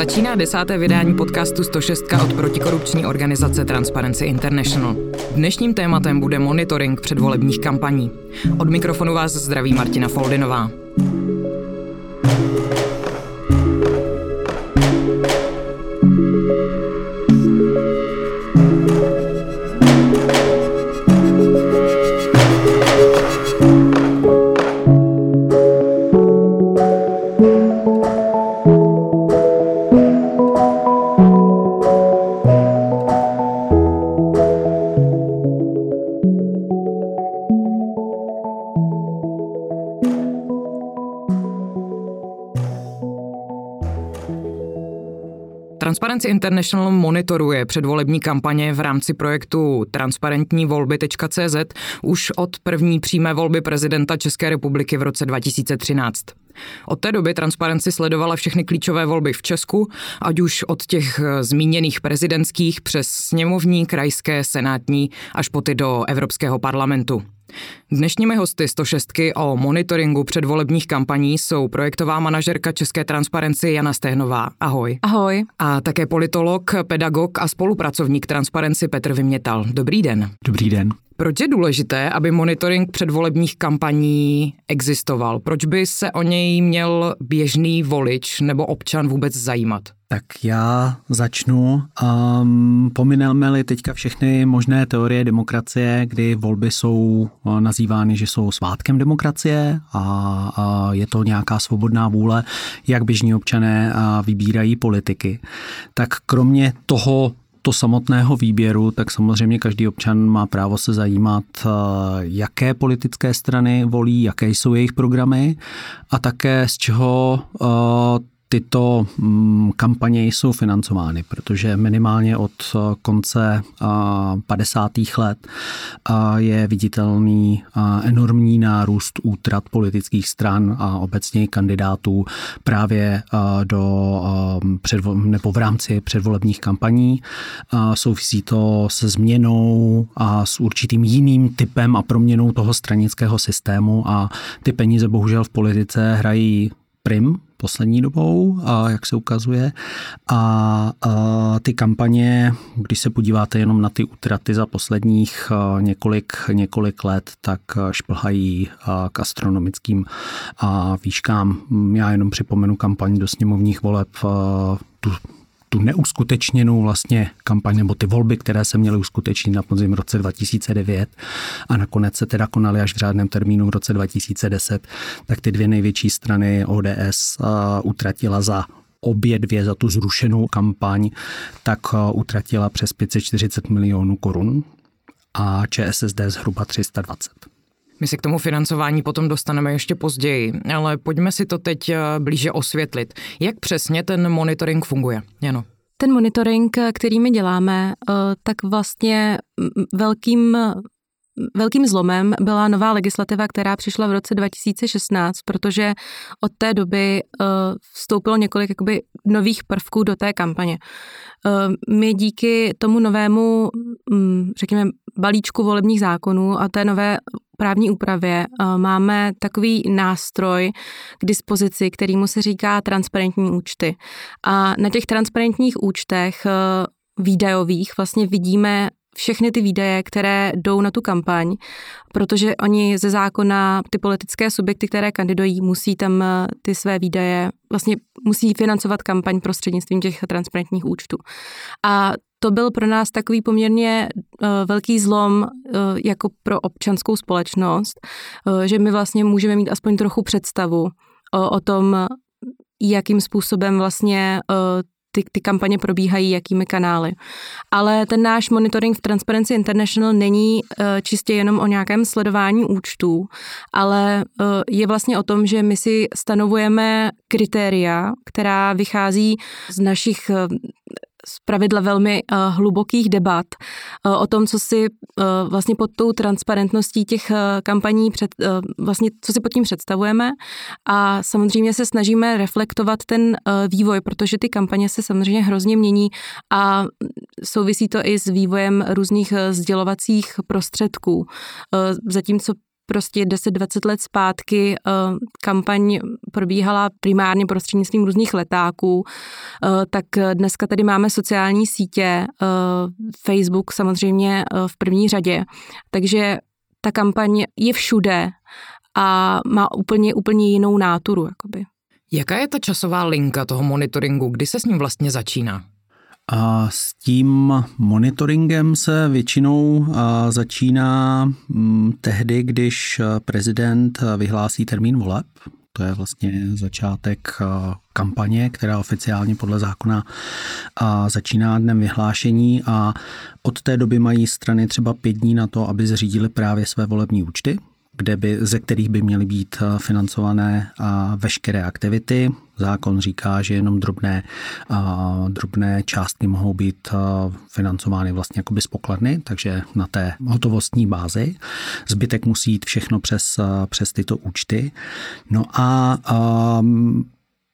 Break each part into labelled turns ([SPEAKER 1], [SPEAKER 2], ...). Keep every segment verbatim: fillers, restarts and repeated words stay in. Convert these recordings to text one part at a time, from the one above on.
[SPEAKER 1] Začíná desáté vydání podcastu sto šest od protikorupční organizace Transparency International. Dnešním tématem bude monitoring předvolebních kampaní. Od mikrofonu vás zdraví Martina Foldinová. Transparency International monitoruje předvolební kampaně v rámci projektu transparentní volby tečka cé zet už od první přímé volby prezidenta České republiky v roce dva tisíce třináct. Od té doby Transparency sledovala všechny klíčové volby v Česku, ať už od těch zmíněných prezidentských přes sněmovní, krajské, senátní až po ty do Evropského parlamentu. Dnešními hosty sto šest o monitoringu předvolebních kampaní jsou projektová manažerka České Transparency Jana Stehnová. Ahoj.
[SPEAKER 2] Ahoj.
[SPEAKER 1] A také politolog, pedagog a spolupracovník Transparency Petr Vymětal. Dobrý den.
[SPEAKER 3] Dobrý den.
[SPEAKER 1] Proč je důležité, aby monitoring předvolebních kampaní existoval? Proč by se o něj měl běžný volič nebo občan vůbec zajímat?
[SPEAKER 3] Tak já začnu. Um, pomineme-li teďka všechny možné teorie demokracie, kdy volby jsou nazývány, že jsou svátkem demokracie a, a je to nějaká svobodná vůle, jak běžní občané vybírají politiky. Tak kromě toho to samotného výběru, tak samozřejmě každý občan má právo se zajímat, jaké politické strany volí, jaké jsou jejich programy a také z čeho tyto kampaně jsou financovány, protože minimálně od konce padesátých let je viditelný enormní nárůst útrat politických stran a obecně kandidátů právě do předvo- nebo v rámci předvolebních kampaní. Souvisí to se změnou a s určitým jiným typem a proměnou toho stranického systému a ty peníze bohužel v politice hrají prim poslední dobou, a jak se ukazuje. A, a ty kampaně, když se podíváte jenom na ty útraty za posledních několik, několik let, tak šplhají k astronomickým výškám. Já jenom připomenu kampaň do sněmovních voleb, tu tu neuskutečněnou vlastně kampaň, nebo ty volby, které se měly uskutečnit na podzim v roce dva tisíce devět a nakonec se teda konaly až v řádném termínu v roce dva tisíce deset, tak ty dvě největší strany O D S utratila za obě dvě za tu zrušenou kampaň, tak utratila přes pět set čtyřicet milionů korun a Č S S D zhruba tři sta dvacet.
[SPEAKER 1] My se k tomu financování potom dostaneme ještě později, ale pojďme si to teď blíže osvětlit. Jak přesně ten monitoring funguje? Jano.
[SPEAKER 2] Ten monitoring, který my děláme, tak vlastně velkým Velkým zlomem byla nová legislativa, která přišla v roce dva tisíce šestnáct, protože od té doby uh, vstoupilo několik jakoby nových prvků do té kampaně. Uh, my díky tomu novému, um, řekněme, balíčku volebních zákonů a té nové právní úpravě uh, máme takový nástroj k dispozici, kterýmu se říká transparentní účty. A na těch transparentních účtech uh, výdajových vlastně vidíme všechny ty výdaje, které jdou na tu kampaň, protože oni ze zákona, ty politické subjekty, které kandidují, musí tam ty své výdaje, vlastně musí financovat kampaň prostřednictvím těch transparentních účtů. A to byl pro nás takový poměrně uh, velký zlom uh, jako pro občanskou společnost, uh, že my vlastně můžeme mít aspoň trochu představu uh, o tom, jakým způsobem vlastně uh, Ty, ty kampaně probíhají, jakými kanály. Ale ten náš monitoring v Transparency International není uh, čistě jenom o nějakém sledování účtů, ale uh, je vlastně o tom, že my si stanovujeme kritéria, která vychází z našich uh, zpravidla velmi uh, hlubokých debat uh, o tom, co si uh, vlastně pod tou transparentností těch uh, kampaní před, uh, vlastně co si pod tím představujeme a samozřejmě se snažíme reflektovat ten uh, vývoj, protože ty kampaně se samozřejmě hrozně mění a souvisí to i s vývojem různých uh, sdělovacích prostředků. Uh, zatímco prostě deset dvacet let zpátky kampaň probíhala primárně prostřednictvím různých letáků, tak dneska tady máme sociální sítě, Facebook samozřejmě v první řadě, takže ta kampaň je všude a má úplně, úplně jinou náturu. Jakoby.
[SPEAKER 1] Jaká je ta časová linka toho monitoringu? Kdy se s ním vlastně začíná?
[SPEAKER 3] A s tím monitoringem se většinou začíná tehdy, když prezident vyhlásí termín voleb. To je vlastně začátek kampaně, která oficiálně podle zákona začíná dnem vyhlášení a od té doby mají strany třeba pět dní na to, aby zřídili právě své volební účty, kde by, ze kterých by měly být financované veškeré aktivity. Zákon říká, že jenom drobné, drobné částky mohou být financovány vlastně jakoby z pokladny, takže na té hotovostní bázi. Zbytek musí jít všechno přes, přes tyto účty. No a um,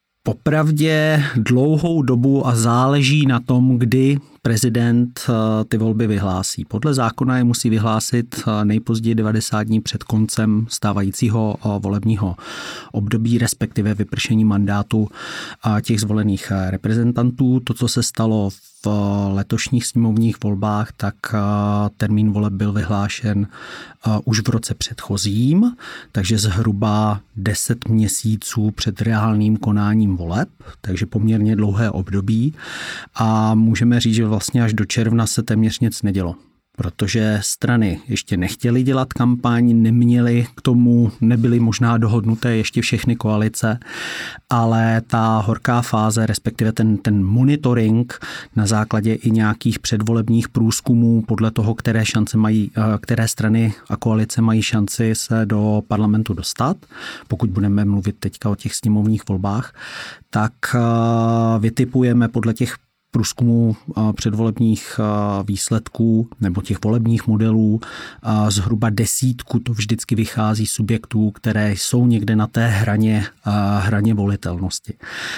[SPEAKER 3] popravdě dlouhou dobu a záleží na tom, kdy prezident ty volby vyhlásí. Podle zákona je musí vyhlásit nejpozději devadesát dní před koncem stávajícího volebního období, respektive vypršení mandátu těch zvolených reprezentantů. To, co se stalo v letošních sněmovních volbách, tak termín voleb byl vyhlášen už v roce předchozím, takže zhruba deset měsíců před reálným konáním voleb, takže poměrně dlouhé období a můžeme říct, že vlastně až do června se téměř nic nedělo. Protože strany ještě nechtěly dělat kampaň, neměly k tomu, nebyly možná dohodnuté ještě všechny koalice, ale ta horká fáze, respektive ten, ten monitoring na základě i nějakých předvolebních průzkumů podle toho, které šance mají, které strany a koalice mají šanci se do parlamentu dostat, pokud budeme mluvit teďka o těch sněmovních volbách, tak vytipujeme podle těch průzkumu předvolebních výsledků nebo těch volebních modelů zhruba desítku to vždycky vychází subjektů, které jsou někde na té hraně, hraně volitelnosti.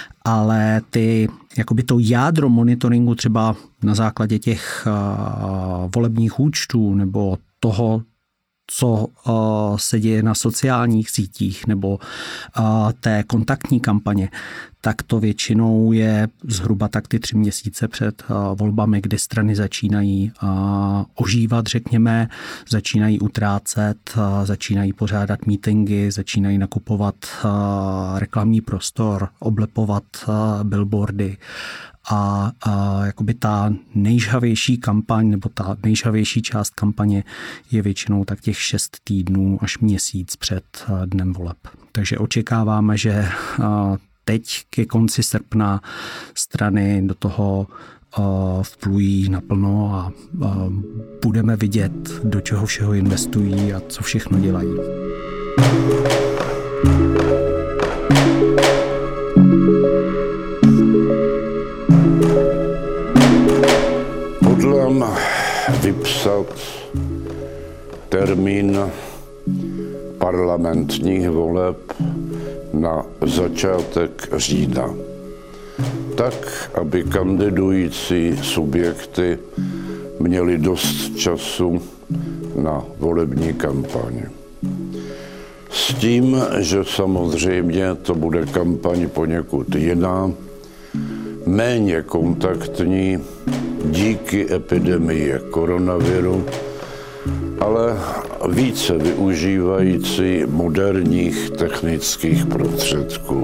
[SPEAKER 3] Ale ty, jakoby to jádro monitoringu třeba na základě těch volebních účtů nebo toho, co se děje na sociálních sítích nebo té kontaktní kampaně, tak to většinou je zhruba tak ty tři měsíce před volbami, kdy strany začínají ožívat, řekněme, začínají utrácet, začínají pořádat mítingy, začínají nakupovat reklamní prostor, oblepovat billboardy. A, a jakoby ta nejžhavější kampaň nebo ta nejžhavější část kampaně je většinou tak těch šest týdnů až měsíc před dnem voleb. Takže očekáváme, že teď ke konci srpna strany do toho vplují naplno a budeme vidět, do čeho všeho investují a co všechno dělají.
[SPEAKER 4] Hodlám vypsat termín parlamentních voleb na začátek října, tak, aby kandidující subjekty měli dost času na volební kampaň. S tím, že samozřejmě to bude kampaň poněkud jiná, méně kontaktní díky epidemii koronaviru, ale více využívající moderních technických prostředků.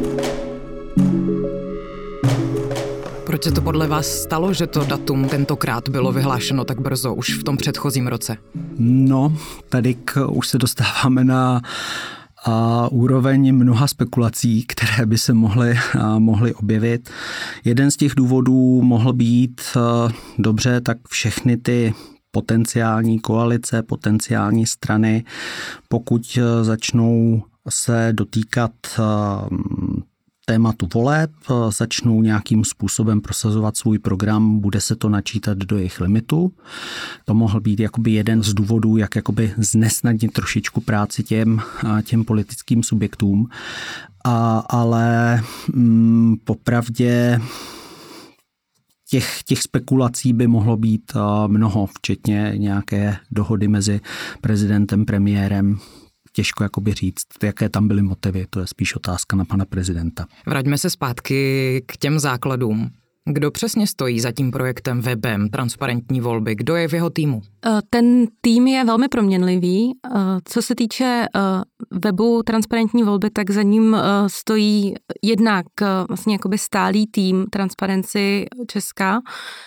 [SPEAKER 1] Proč se to podle vás stalo, že to datum tentokrát bylo vyhlášeno tak brzo, už v tom předchozím roce?
[SPEAKER 3] No, tady k, už se dostáváme na a úroveň mnoha spekulací, které by se mohly, mohly objevit. Jeden z těch důvodů mohl být, dobře, tak všechny ty potenciální koalice, potenciální strany, pokud začnou se dotýkat tématu voleb, začnou nějakým způsobem prosazovat svůj program, bude se to načítat do jejich limitu. To mohl být jakoby jeden z důvodů, jak jakoby znesnadnit trošičku práci těm, těm politickým subjektům. A, ale mm, popravdě těch, těch spekulací by mohlo být mnoho, včetně nějaké dohody mezi prezidentem, premiérem. Těžko jakoby říct, jaké tam byly motivy, to je spíš otázka na pana prezidenta.
[SPEAKER 1] Vraťme se zpátky k těm základům. Kdo přesně stojí za tím projektem webem Transparentní volby? Kdo je v jeho týmu?
[SPEAKER 2] Ten tým je velmi proměnlivý. Co se týče webu Transparentní volby, tak za ním stojí jednak vlastně jakoby stálý tým Transparency Česka,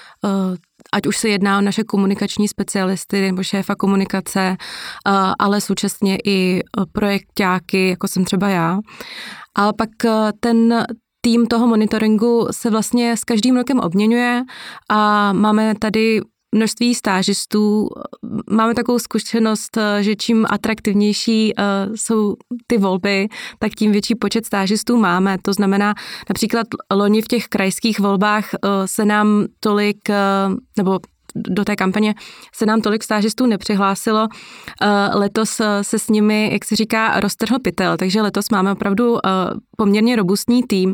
[SPEAKER 2] ať už se jedná o naše komunikační specialisty nebo šéfa komunikace, ale současně i projekťáky, jako jsem třeba já. Ale pak ten tým toho monitoringu se vlastně s každým rokem obměňuje a máme tady množství stážistů. Máme takovou zkušenost, že čím atraktivnější jsou ty volby, tak tím větší počet stážistů máme. To znamená, například loni v těch krajských volbách se nám tolik, nebo do té kampaně se nám tolik stážistů nepřihlásilo. Letos se s nimi, jak se říká, roztrhl pytel, takže letos máme opravdu poměrně robustní tým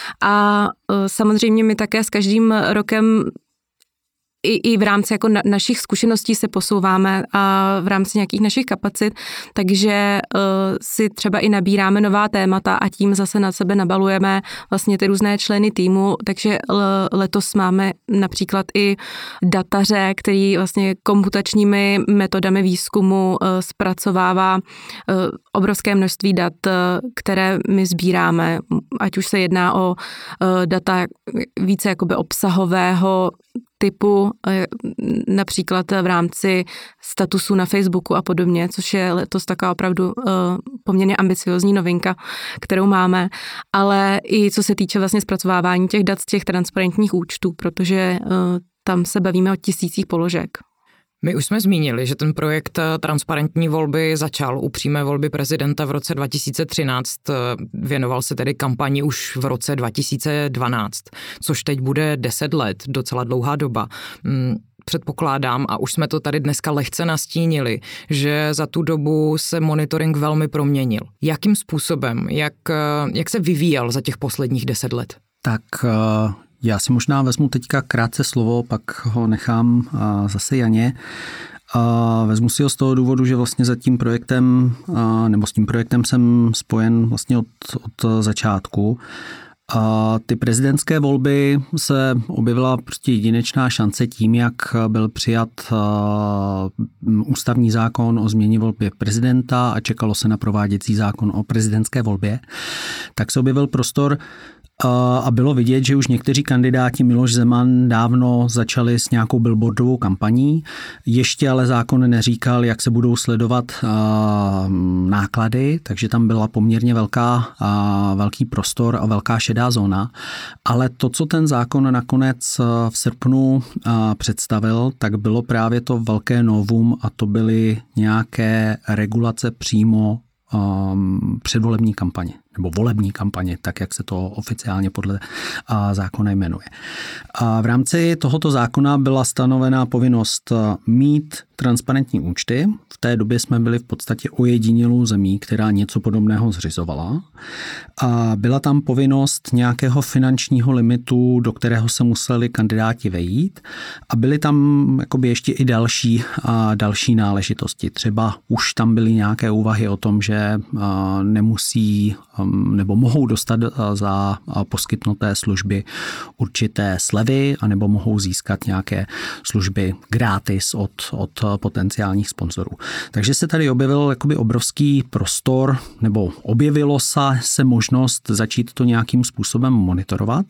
[SPEAKER 2] a samozřejmě my také s každým rokem I, i v rámci jako na, našich zkušeností se posouváme a v rámci nějakých našich kapacit, takže uh, si třeba i nabíráme nová témata a tím zase na sebe nabalujeme vlastně ty různé členy týmu, takže l- letos máme například i dataře, který vlastně komputačními metodami výzkumu uh, zpracovává uh, obrovské množství dat, uh, které my sbíráme, ať už se jedná o uh, data více jakoby obsahového typu, například v rámci statusu na Facebooku a podobně, což je letos taková opravdu poměrně ambiciozní novinka, kterou máme, ale i co se týče vlastně zpracovávání těch dat z těch transparentních účtů, protože tam se bavíme o tisících položek.
[SPEAKER 1] My už jsme zmínili, že ten projekt Transparentní volby začal u přímé volby prezidenta v roce dva tisíce třináct, věnoval se tedy kampani už v roce dva tisíce dvanáct, což teď bude deset let, docela dlouhá doba. Předpokládám, a už jsme to tady dneska lehce nastínili, že za tu dobu se monitoring velmi proměnil. Jakým způsobem, jak, jak se vyvíjel za těch posledních deset let?
[SPEAKER 3] Tak já si možná vezmu teďka krátce slovo, pak ho nechám zase Janě. Vezmu si ho z toho důvodu, že vlastně za tím projektem, nebo s tím projektem jsem spojen vlastně od, od začátku. A ty prezidentské volby se objevila prostě jedinečná šance tím, jak byl přijat ústavní zákon o změně volby prezidenta a čekalo se na prováděcí zákon o prezidentské volbě, tak se objevil prostor a bylo vidět, že už někteří kandidáti, Miloš Zeman, dávno začali s nějakou billboardovou kampaní. Ještě ale zákon neříkal, jak se budou sledovat náklady, takže tam byla poměrně velká, velký prostor a velká šedá zóna. Ale to, co ten zákon nakonec v srpnu představil, tak bylo právě to velké novum a to byly nějaké regulace přímo předvolební kampaně nebo volební kampaně, tak jak se to oficiálně podle zákona jmenuje. A v rámci tohoto zákona byla stanovena povinnost mít transparentní účty. V té době jsme byli v podstatě ojedinělou zemí, která něco podobného zřizovala. A byla tam povinnost nějakého finančního limitu, do kterého se museli kandidáti vejít. A byly tam jakoby ještě i další, a další náležitosti. Třeba už tam byly nějaké úvahy o tom, že nemusí nebo mohou dostat za poskytnuté služby určité slevy, anebo mohou získat nějaké služby gratis od, od potenciálních sponzorů. Takže se tady objevil jakoby obrovský prostor, nebo objevilo se, se možnost začít to nějakým způsobem monitorovat.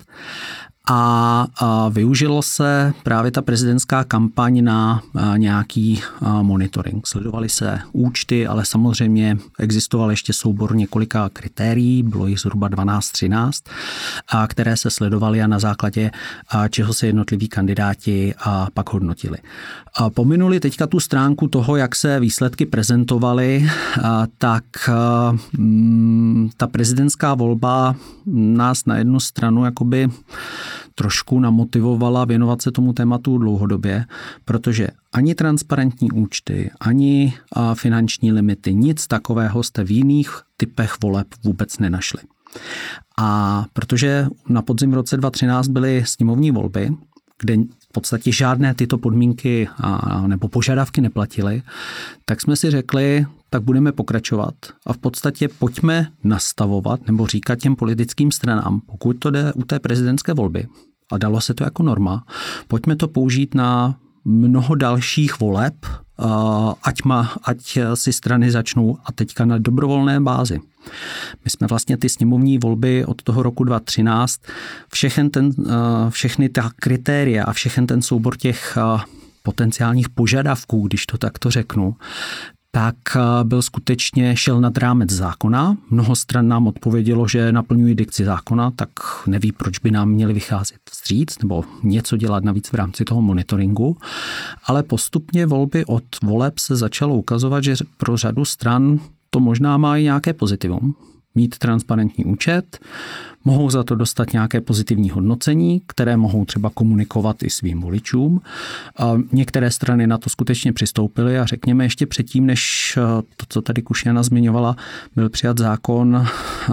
[SPEAKER 3] A, a využilo se právě ta prezidentská kampaň na nějaký monitoring. Sledovaly se účty, ale samozřejmě existoval ještě soubor několika kritérií, bylo jich zhruba dvanáct třináct, a které se sledovaly a na základě čeho se jednotliví kandidáti a pak hodnotili. A pominuli teďka tu stránku toho, jak se výsledky prezentovaly, tak ta prezidentská volba nás na jednu stranu jakoby trošku namotivovala věnovat se tomu tématu dlouhodobě, protože ani transparentní účty, ani finanční limity, nic takového jste v jiných typech voleb vůbec nenašli. A protože na podzim v roce dva tisíce třináct byly sněmovní volby, kde v podstatě žádné tyto podmínky a, nebo požadavky neplatily, tak jsme si řekli, tak budeme pokračovat a v podstatě pojďme nastavovat nebo říkat těm politickým stranám, pokud to jde u té prezidentské volby, a dalo se to jako norma, pojďme to použít na mnoho dalších voleb, ať, má, ať si strany začnou a teďka na dobrovolné bázi. My jsme vlastně ty sněmovní volby od toho roku dva tisíce třináct, všechen ten, všechny ta kritéria a všechen ten soubor těch potenciálních požadavků, když to takto řeknu, tak byl skutečně, šel nad rámec zákona. Mnoho stran nám odpovědělo, že naplňují dikci zákona, tak neví, proč by nám měli vycházet vstříc nebo něco dělat navíc v rámci toho monitoringu. Ale postupně volby od voleb se začalo ukazovat, že pro řadu stran to možná má i nějaké pozitivum. Mít transparentní účet, mohou za to dostat nějaké pozitivní hodnocení, které mohou třeba komunikovat i svým voličům. A některé strany na to skutečně přistoupily a řekněme ještě předtím, než to, co tady Kušjana zmiňovala, byl přijat zákon,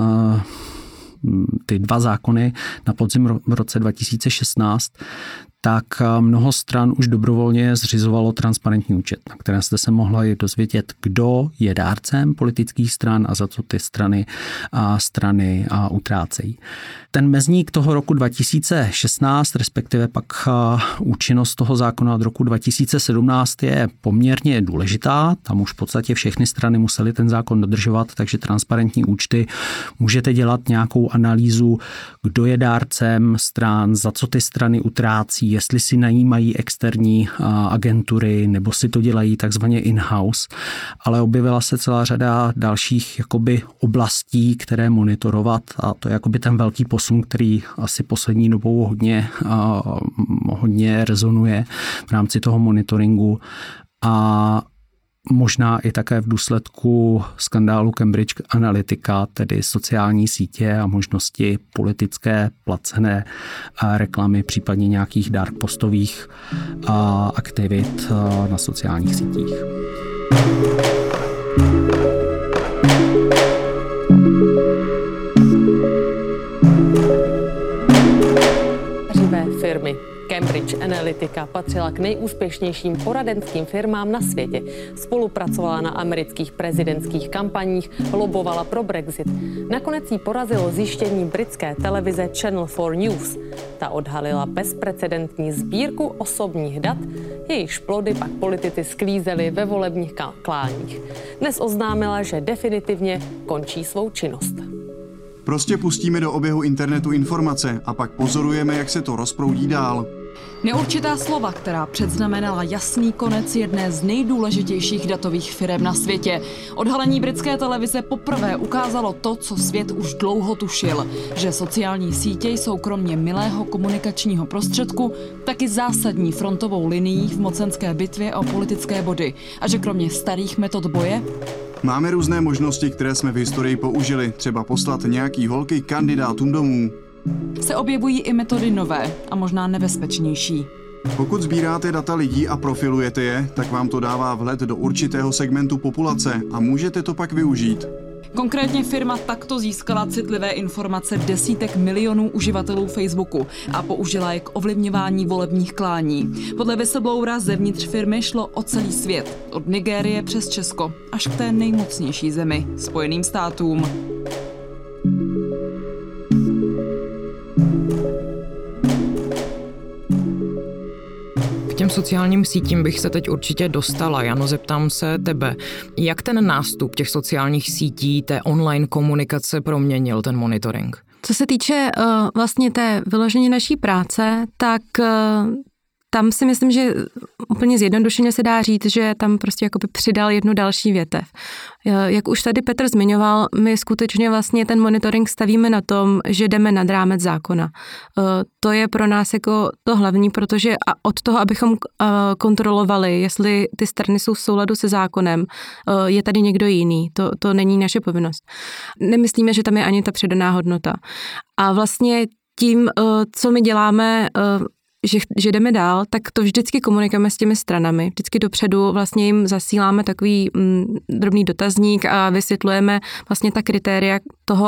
[SPEAKER 3] ty dva zákony na podzim v roce dva tisíce šestnáct, tak mnoho stran už dobrovolně zřizovalo transparentní účet, na kterém jste se mohli dozvědět, kdo je dárcem politických stran a za co ty strany a strany a utrácejí. Ten mezník toho roku dva tisíce šestnáct, respektive pak účinnost toho zákona od roku dva tisíce sedmnáct je poměrně důležitá. Tam už v podstatě všechny strany musely ten zákon dodržovat, takže transparentní účty můžete dělat nějakou analýzu, kdo je dárcem stran, za co ty strany utrácí, jestli si najímají externí agentury nebo si to dělají takzvaně in-house, ale objevila se celá řada dalších jakoby oblastí, které monitorovat, a to je jakoby ten velký posun, který asi poslední dobou hodně, hodně rezonuje v rámci toho monitoringu a možná i také v důsledku skandálu Cambridge Analytica, tedy sociální sítě a možnosti politické placené reklamy, případně nějakých dark postových aktivit na sociálních sítích.
[SPEAKER 5] Živé firmy. Cambridge Analytica patřila k nejúspěšnějším poradenským firmám na světě. Spolupracovala na amerických prezidentských kampaních, lobovala pro Brexit. Nakonec jí porazilo zjištění britské televize Channel four News. Ta odhalila bezprecedentní sbírku osobních dat, jejichž plody pak politici sklízeli ve volebních kláních. Dnes oznámila, že definitivně končí svou činnost.
[SPEAKER 6] Prostě pustíme do oběhu internetu informace a pak pozorujeme, jak se to rozproudí dál.
[SPEAKER 7] Neurčitá slova, která předznamenala jasný konec jedné z nejdůležitějších datových firem na světě. Odhalení britské televize poprvé ukázalo to, co svět už dlouho tušil, že sociální sítě jsou kromě milého komunikačního prostředku taky zásadní frontovou linií v mocenské bitvě o politické body a že kromě starých metod boje
[SPEAKER 6] máme různé možnosti, které jsme v historii použili, třeba poslat nějaký holky kandidátům domů.
[SPEAKER 7] Se objevují i metody nové a možná nebezpečnější.
[SPEAKER 6] Pokud sbíráte data lidí a profilujete je, tak vám to dává vhled do určitého segmentu populace a můžete to pak využít.
[SPEAKER 7] Konkrétně firma takto získala citlivé informace desítek milionů uživatelů Facebooku a použila je k ovlivňování volebních klání. Podle whistleblowera zevnitř firmy šlo o celý svět, od Nigérie přes Česko až k té nejmocnější zemi, Spojeným státům.
[SPEAKER 1] K těm sociálním sítím bych se teď určitě dostala. Jano, zeptám se tebe, jak ten nástup těch sociálních sítí, té online komunikace proměnil ten monitoring?
[SPEAKER 2] Co se týče uh, vlastně té vyloženě naší práce, tak uh, tam si myslím, že úplně zjednodušeně se dá říct, že tam prostě jakoby přidal jednu další větev. Jak už tady Petr zmiňoval, my skutečně vlastně ten monitoring stavíme na tom, že jdeme nad rámec zákona. To je pro nás jako to hlavní, protože od toho, abychom kontrolovali, jestli ty strany jsou v souladu se zákonem, je tady někdo jiný. To, to není naše povinnost. Nemyslíme, že tam je ani ta přidaná hodnota. A vlastně tím, co my děláme, Že, že jdeme dál, tak to vždycky komunikujeme s těmi stranami. Vždycky dopředu vlastně jim zasíláme takový mm, drobný dotazník a vysvětlujeme vlastně ta kritéria toho,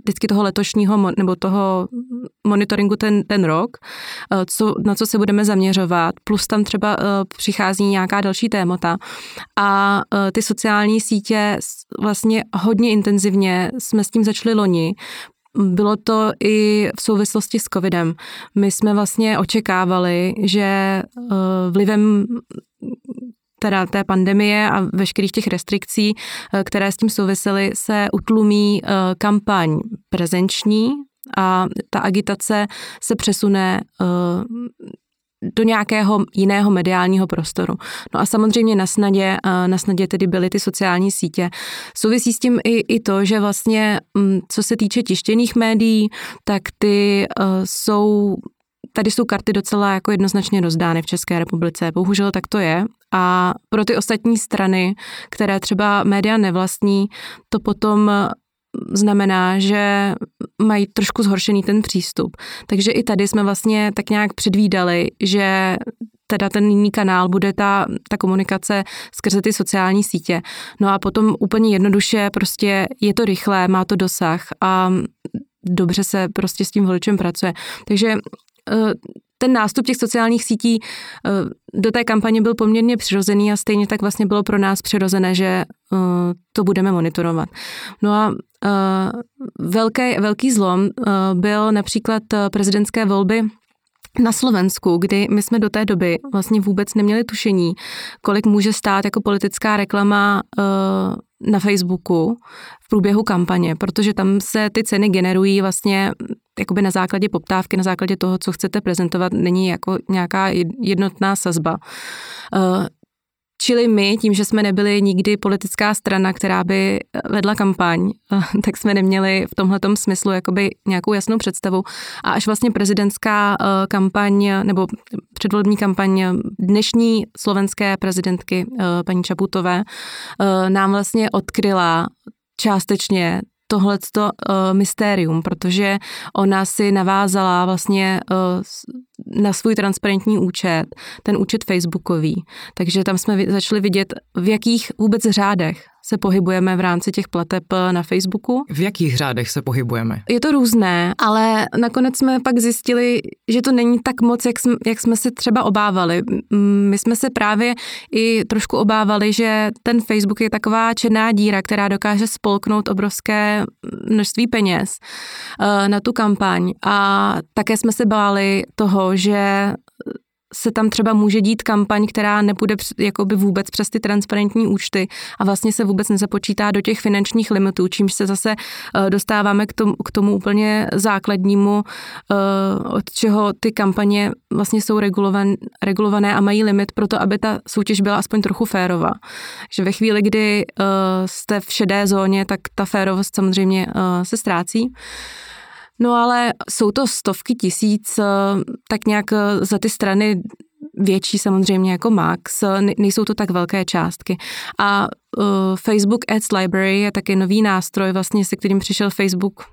[SPEAKER 2] vždycky toho letošního nebo toho monitoringu ten, ten rok, co, na co se budeme zaměřovat, plus tam třeba přichází nějaká další témata a ty sociální sítě vlastně hodně intenzivně jsme s tím začali loni. Bylo to i v souvislosti s covidem. My jsme vlastně očekávali, že vlivem teda té pandemie a veškerých těch restrikcí, které s tím souvisely, se utlumí kampaň prezenční a ta agitace se přesune do nějakého jiného mediálního prostoru. No a samozřejmě na snadě, na snadě tedy byly ty sociální sítě. Souvisí s tím i, i to, že vlastně, co se týče tištěných médií, tak ty uh, jsou, tady jsou karty docela jako jednoznačně rozdány v České republice. Bohužel tak to je. A pro ty ostatní strany, které třeba média nevlastní, to potom znamená, že mají trošku zhoršený ten přístup. Takže i tady jsme vlastně tak nějak předvídali, že teda ten jiný kanál bude ta, ta komunikace skrze ty sociální sítě. No a potom úplně jednoduše prostě je to rychlé, má to dosah a dobře se prostě s tím voličem pracuje. Takže ten nástup těch sociálních sítí do té kampaně byl poměrně přirozený a stejně tak vlastně bylo pro nás přirozené, že to budeme monitorovat. No a velký, velký zlom byl například prezidentské volby na Slovensku, kdy my jsme do té doby vlastně vůbec neměli tušení, kolik může stát jako politická reklama na Facebooku v průběhu kampaně, protože tam se ty ceny generují vlastně jakoby na základě poptávky, na základě toho, co chcete prezentovat, není jako nějaká jednotná sazba. Čili my, tím, že jsme nebyli nikdy politická strana, která by vedla kampaň, tak jsme neměli v tomhletom smyslu jakoby nějakou jasnou představu. A až vlastně prezidentská kampaň, nebo předvolební kampaň dnešní slovenské prezidentky paní Čaputové nám vlastně odkryla částečně tohleto uh, mystérium, protože ona si navázala vlastně uh, na svůj transparentní účet, ten účet facebookový. Takže tam jsme začali vidět, v jakých vůbec řádech se pohybujeme v rámci těch plateb na Facebooku.
[SPEAKER 1] V jakých řádech se pohybujeme?
[SPEAKER 2] Je to různé, ale nakonec jsme pak zjistili, že to není tak moc, jak jsme, jak jsme se třeba obávali. My jsme se právě i trošku obávali, že ten Facebook je taková černá díra, která dokáže spolknout obrovské množství peněz na tu kampaň. A také jsme se báli toho, že se tam třeba může dít kampaň, která nepůjde jakoby vůbec přes ty transparentní účty a vlastně se vůbec nezapočítá do těch finančních limitů, čímž se zase dostáváme k tomu, k tomu úplně základnímu, od čeho ty kampaně vlastně jsou regulovan, regulované a mají limit pro to, aby ta soutěž byla aspoň trochu férová. Že ve chvíli, kdy jste v šedé zóně, tak ta férovost samozřejmě se ztrácí. No ale jsou to stovky tisíc, tak nějak za ty strany větší samozřejmě jako Max, nejsou to tak velké částky. A uh, Facebook Ads Library je taky nový nástroj, vlastně se kterým přišel Facebook,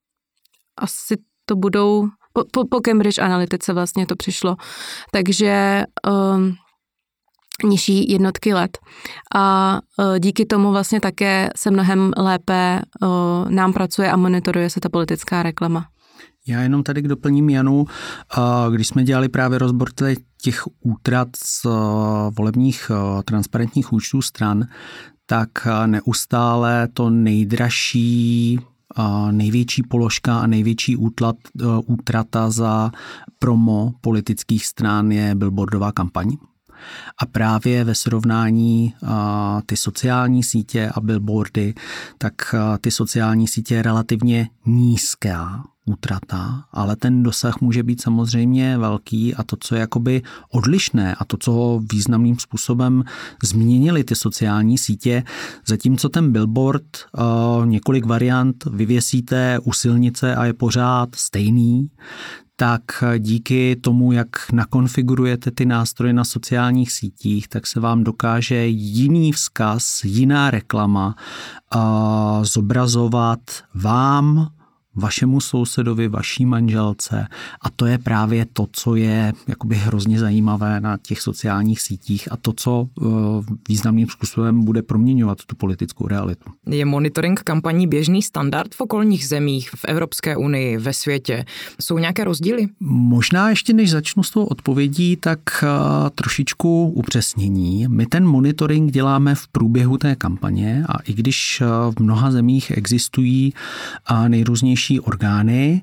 [SPEAKER 2] asi to budou, po, po, po Cambridge Analytice vlastně to přišlo, takže um, nižší jednotky let. A uh, díky tomu vlastně také se mnohem lépe uh, nám pracuje a monitoruje se ta politická reklama.
[SPEAKER 3] Já jenom tady k doplním Janu, když jsme dělali právě rozbor těch útrat z volebních transparentních účtů stran, tak neustále to nejdražší, největší položka a největší útlat, útrata za promo politických stran je billboardová kampaň. A právě ve srovnání a, ty sociální sítě a billboardy, tak a, ty sociální sítě je relativně nízká útrata, ale ten dosah může být samozřejmě velký a to, co je jakoby odlišné a to, co významným způsobem změnily ty sociální sítě, zatímco ten billboard a, několik variant vyvěsíte u silnice a je pořád stejný, tak díky tomu, jak nakonfigurujete ty nástroje na sociálních sítích, tak se vám dokáže jiný vzkaz, jiná reklama uh, zobrazovat vám, vašemu sousedovi, vaší manželce a to je právě to, co je jakoby hrozně zajímavé na těch sociálních sítích a to, co významným způsobem bude proměňovat tu politickou realitu.
[SPEAKER 1] Je monitoring kampaní běžný standard v okolních zemích, v Evropské unii, ve světě? Jsou nějaké rozdíly?
[SPEAKER 3] Možná ještě než začnu s tou odpovědí, tak trošičku upřesnění. My ten monitoring děláme v průběhu té kampaně a i když v mnoha zemích existují nejrůznější orgány,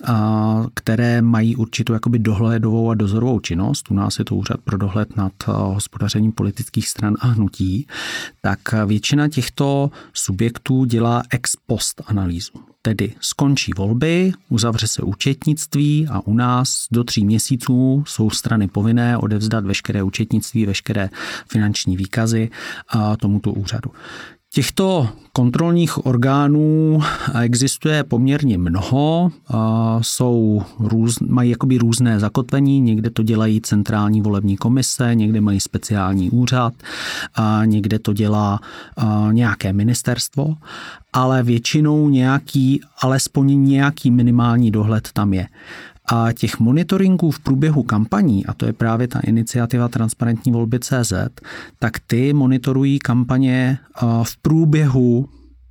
[SPEAKER 3] které mají určitou jakoby dohledovou a dozorovou činnost. U nás je to Úřad pro dohled nad hospodařením politických stran a hnutí. Tak většina těchto subjektů dělá ex post analýzu. Tedy skončí volby, uzavře se účetnictví a u nás do tří měsíců jsou strany povinné odevzdat veškeré účetnictví, veškeré finanční výkazy tomuto úřadu. Těchto kontrolních orgánů existuje poměrně mnoho, jsou růz, mají jakoby různé zakotvení, někde to dělají centrální volební komise, někde mají speciální úřad, někde to dělá nějaké ministerstvo, ale většinou nějaký, alespoň nějaký minimální dohled tam je. A těch monitoringů v průběhu kampaní, a to je právě ta iniciativa Transparentní volby tečka cé zet, tak ty monitorují kampaně v průběhu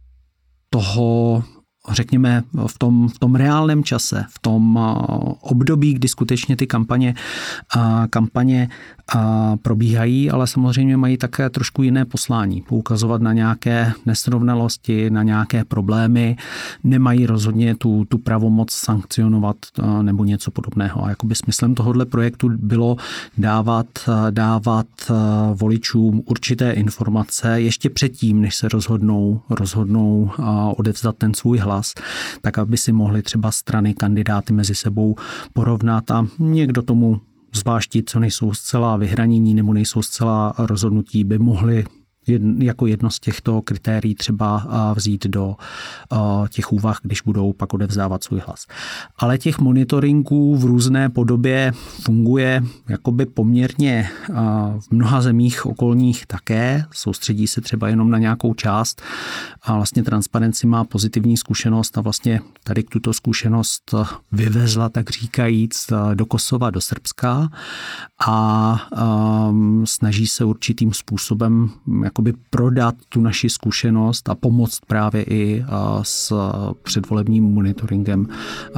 [SPEAKER 3] toho, řekněme, v tom, v tom reálném čase, v tom období, kdy skutečně ty kampaně, kampaně probíhají, ale samozřejmě mají také trošku jiné poslání. Poukazovat na nějaké nesrovnalosti, na nějaké problémy, nemají rozhodně tu, tu pravomoc sankcionovat nebo něco podobného. A jakoby smyslem tohohle projektu bylo dávat, dávat voličům určité informace ještě předtím, než se rozhodnou, rozhodnou odevzdat ten svůj hlas, tak aby si mohli třeba strany, kandidáty mezi sebou porovnat a někdo tomu zvláště, co nejsou zcela vyhranění nebo nejsou zcela rozhodnutí, by mohli jako jedno z těchto kritérií třeba vzít do těch úvah, když budou pak odevzdávat svůj hlas. Ale těch monitoringů v různé podobě funguje jakoby poměrně v mnoha zemích okolních také. Soustředí se třeba jenom na nějakou část a vlastně Transparency má pozitivní zkušenost a vlastně tady tuto zkušenost vyvezla, tak říkajíc, do Kosova, do Srbska a snaží se určitým způsobem jakoby prodat tu naši zkušenost a pomoct právě i s předvolebním monitoringem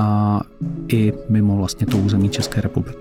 [SPEAKER 3] i mimo vlastně to území České republiky.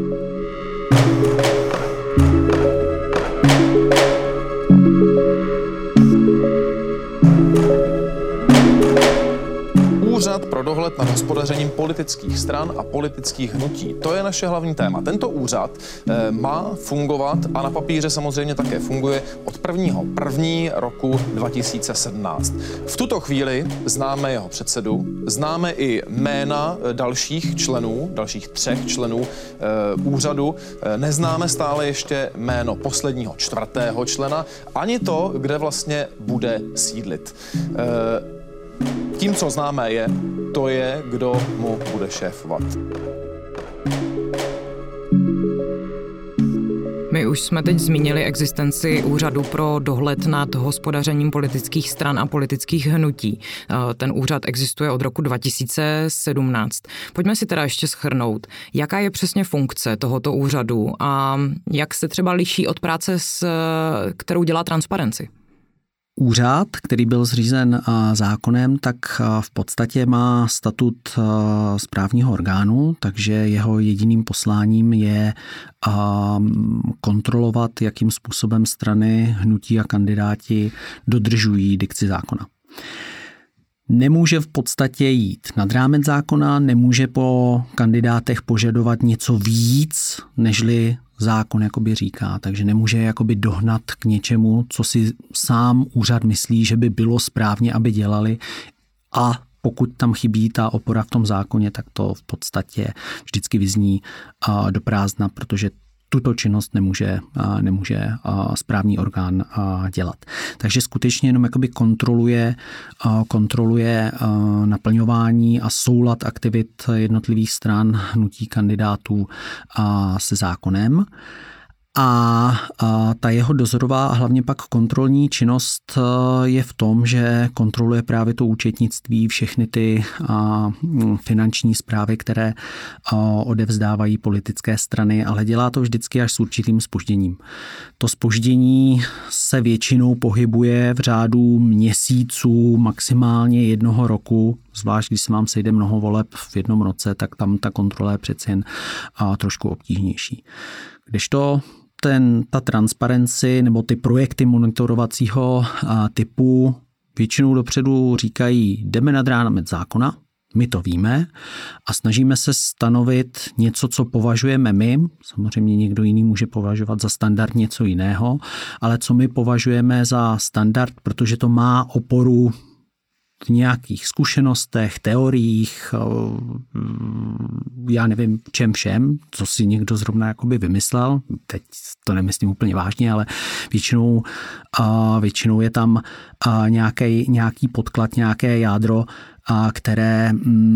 [SPEAKER 8] Úřad pro dohled nad hospodařením politických stran a politických hnutí. To je naše hlavní téma. Tento úřad e, má fungovat a na papíře samozřejmě také funguje od prvního prvního roku dva tisíce sedmnáct. V tuto chvíli známe jeho předsedu, známe i jména dalších členů, dalších třech členů e, úřadu. E, neznáme stále ještě jméno posledního čtvrtého člena, ani to, kde vlastně bude sídlit. E, Tím, co známé je, to je, kdo mu bude šéfovat.
[SPEAKER 1] My už jsme teď zmínili existenci Úřadu pro dohled nad hospodařením politických stran a politických hnutí. Ten úřad existuje od roku dva tisíce sedmnáct. Pojďme si teda ještě shrnout, jaká je přesně funkce tohoto úřadu a jak se třeba liší od práce, s, kterou dělá Transparency.
[SPEAKER 3] Úřad, který byl zřízen zákonem, tak v podstatě má statut správního orgánu, takže jeho jediným posláním je kontrolovat, jakým způsobem strany, hnutí a kandidáti dodržují dikci zákona. Nemůže v podstatě jít nad rámec zákona, nemůže po kandidátech požadovat něco víc, nežli zákon jakoby říká, takže nemůže jakoby dohnat k něčemu, co si sám úřad myslí, že by bylo správně, aby dělali, a pokud tam chybí ta opora v tom zákoně, tak to v podstatě vždycky vyzní do prázdna, protože tuto činnost nemůže, nemůže správní orgán dělat. Takže skutečně jenom jakoby kontroluje, kontroluje naplňování a soulad aktivit jednotlivých stran, hnutí, kandidátů se zákonem. A, a ta jeho dozorová a hlavně pak kontrolní činnost je v tom, že kontroluje právě to účetnictví, všechny ty a, finanční zprávy, které a, odevzdávají politické strany, ale dělá to vždycky až s určitým zpožděním. To zpoždění se většinou pohybuje v řádu měsíců, maximálně jednoho roku, zvlášť když se vám sejde mnoho voleb v jednom roce, tak tam ta kontrola je přeci jen a, trošku obtížnější. Kdežto ten, ta transparency nebo ty projekty monitorovacího typu většinou dopředu říkají, jdeme nad rámec zákona, my to víme a snažíme se stanovit něco, co považujeme my, samozřejmě někdo jiný může považovat za standard něco jiného, ale co my považujeme za standard, protože to má oporu v nějakých zkušenostech, teoriích, já nevím v čem všem, co si někdo zrovna jakoby vymyslel, teď to nemyslím úplně vážně, ale většinou, většinou je tam nějaký, nějaký podklad, nějaké jádro, které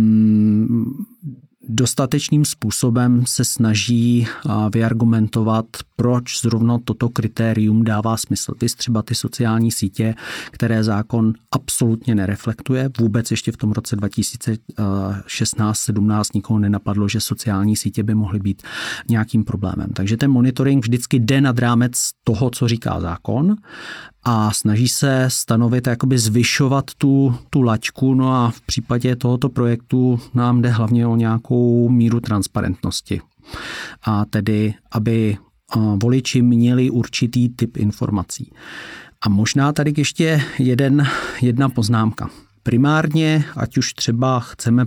[SPEAKER 3] dostatečným způsobem se snaží vyargumentovat, proč zrovna toto kritérium dává smysl. Vy třeba ty sociální sítě, které zákon absolutně nereflektuje. Vůbec ještě v tom roce dva tisíce šestnáct sedmnáct nikoho nenapadlo, že sociální sítě by mohly být nějakým problémem. Takže ten monitoring vždycky jde nad rámec toho, co říká zákon a snaží se stanovit, jakoby zvyšovat tu, tu laťku. No a v případě tohoto projektu nám jde hlavně o nějakou míru transparentnosti. A tedy, aby voliči měli určitý typ informací. A možná tady ještě jeden, jedna poznámka. Primárně, ať už třeba chceme,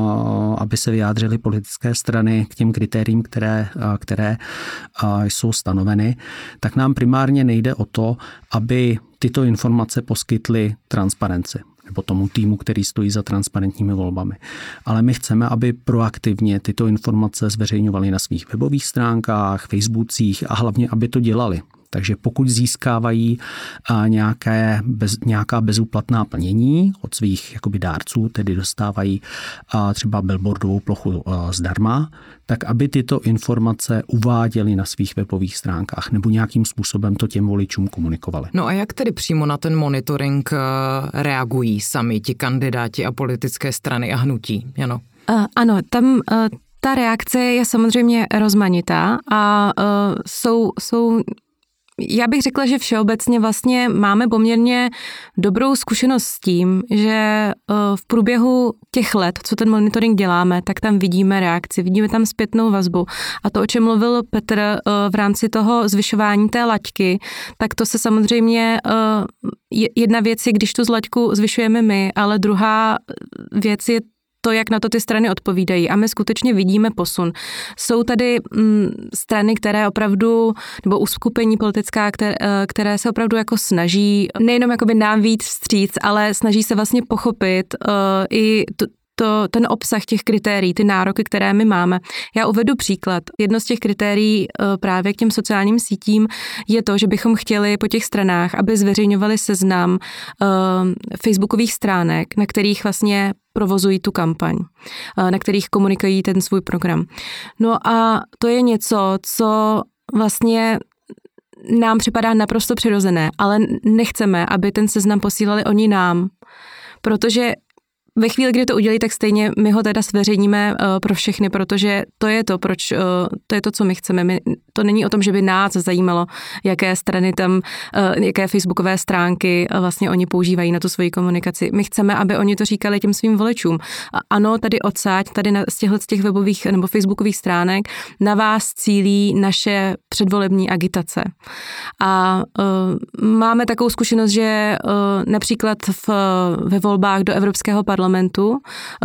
[SPEAKER 3] aby se vyjádřily politické strany k těm kritériím, které, které jsou stanoveny, tak nám primárně nejde o to, aby tyto informace poskytly transparenci nebo tomu týmu, který stojí za transparentními volbami. Ale my chceme, aby proaktivně tyto informace zveřejňovali na svých webových stránkách, Facebookcích a hlavně, aby to dělali. Takže pokud získávají nějaké bez, nějaká bezúplatná plnění od svých jakoby dárců, tedy dostávají třeba billboardovou plochu zdarma, tak aby tyto informace uváděli na svých webových stránkách nebo nějakým způsobem to těm voličům komunikovali.
[SPEAKER 1] No a jak tedy přímo na ten monitoring reagují sami ti kandidáti a politické strany a hnutí? Jano?
[SPEAKER 2] Uh, ano, tam... Uh... Ta reakce je samozřejmě rozmanitá a uh, jsou, jsou, já bych řekla, že všeobecně vlastně máme poměrně dobrou zkušenost s tím, že uh, v průběhu těch let, co ten monitoring děláme, tak tam vidíme reakci, vidíme tam zpětnou vazbu. A to, o čem mluvil Petr uh, v rámci toho zvyšování té laťky, tak to se samozřejmě, uh, jedna věc je, když tu laťku zvyšujeme my, ale druhá věc je to, jak na to ty strany odpovídají. A my skutečně vidíme posun. Jsou tady mm, strany, které opravdu, nebo uskupení politická, které, které se opravdu jako snaží nejenom jakoby nám vyjít vstříc, ale snaží se vlastně pochopit uh, i t- To, ten obsah těch kritérií, ty nároky, které my máme. Já uvedu příklad. Jedno z těch kritérií právě k těm sociálním sítím je to, že bychom chtěli po těch stranách, aby zveřejňovali seznam uh, facebookových stránek, na kterých vlastně provozují tu kampaň, uh, na kterých komunikují ten svůj program. No a to je něco, co vlastně nám připadá naprosto přirozené, ale nechceme, aby ten seznam posílali oni nám, protože ve chvíli, kdy to udělí, tak stejně my ho teda zveřejníme uh, pro všechny, protože to je to, proč, uh, to je to, co my chceme. My, to není o tom, že by nás zajímalo, jaké strany tam, uh, jaké facebookové stránky uh, vlastně oni používají na tu svoji komunikaci. My chceme, aby oni to říkali těm svým voličům. A ano, tady odsáď, tady na, z těchto z těch webových nebo facebookových stránek na vás cílí naše předvolební agitace. A uh, máme takovou zkušenost, že uh, například v, ve volbách do Evropského parlamentu parlamentu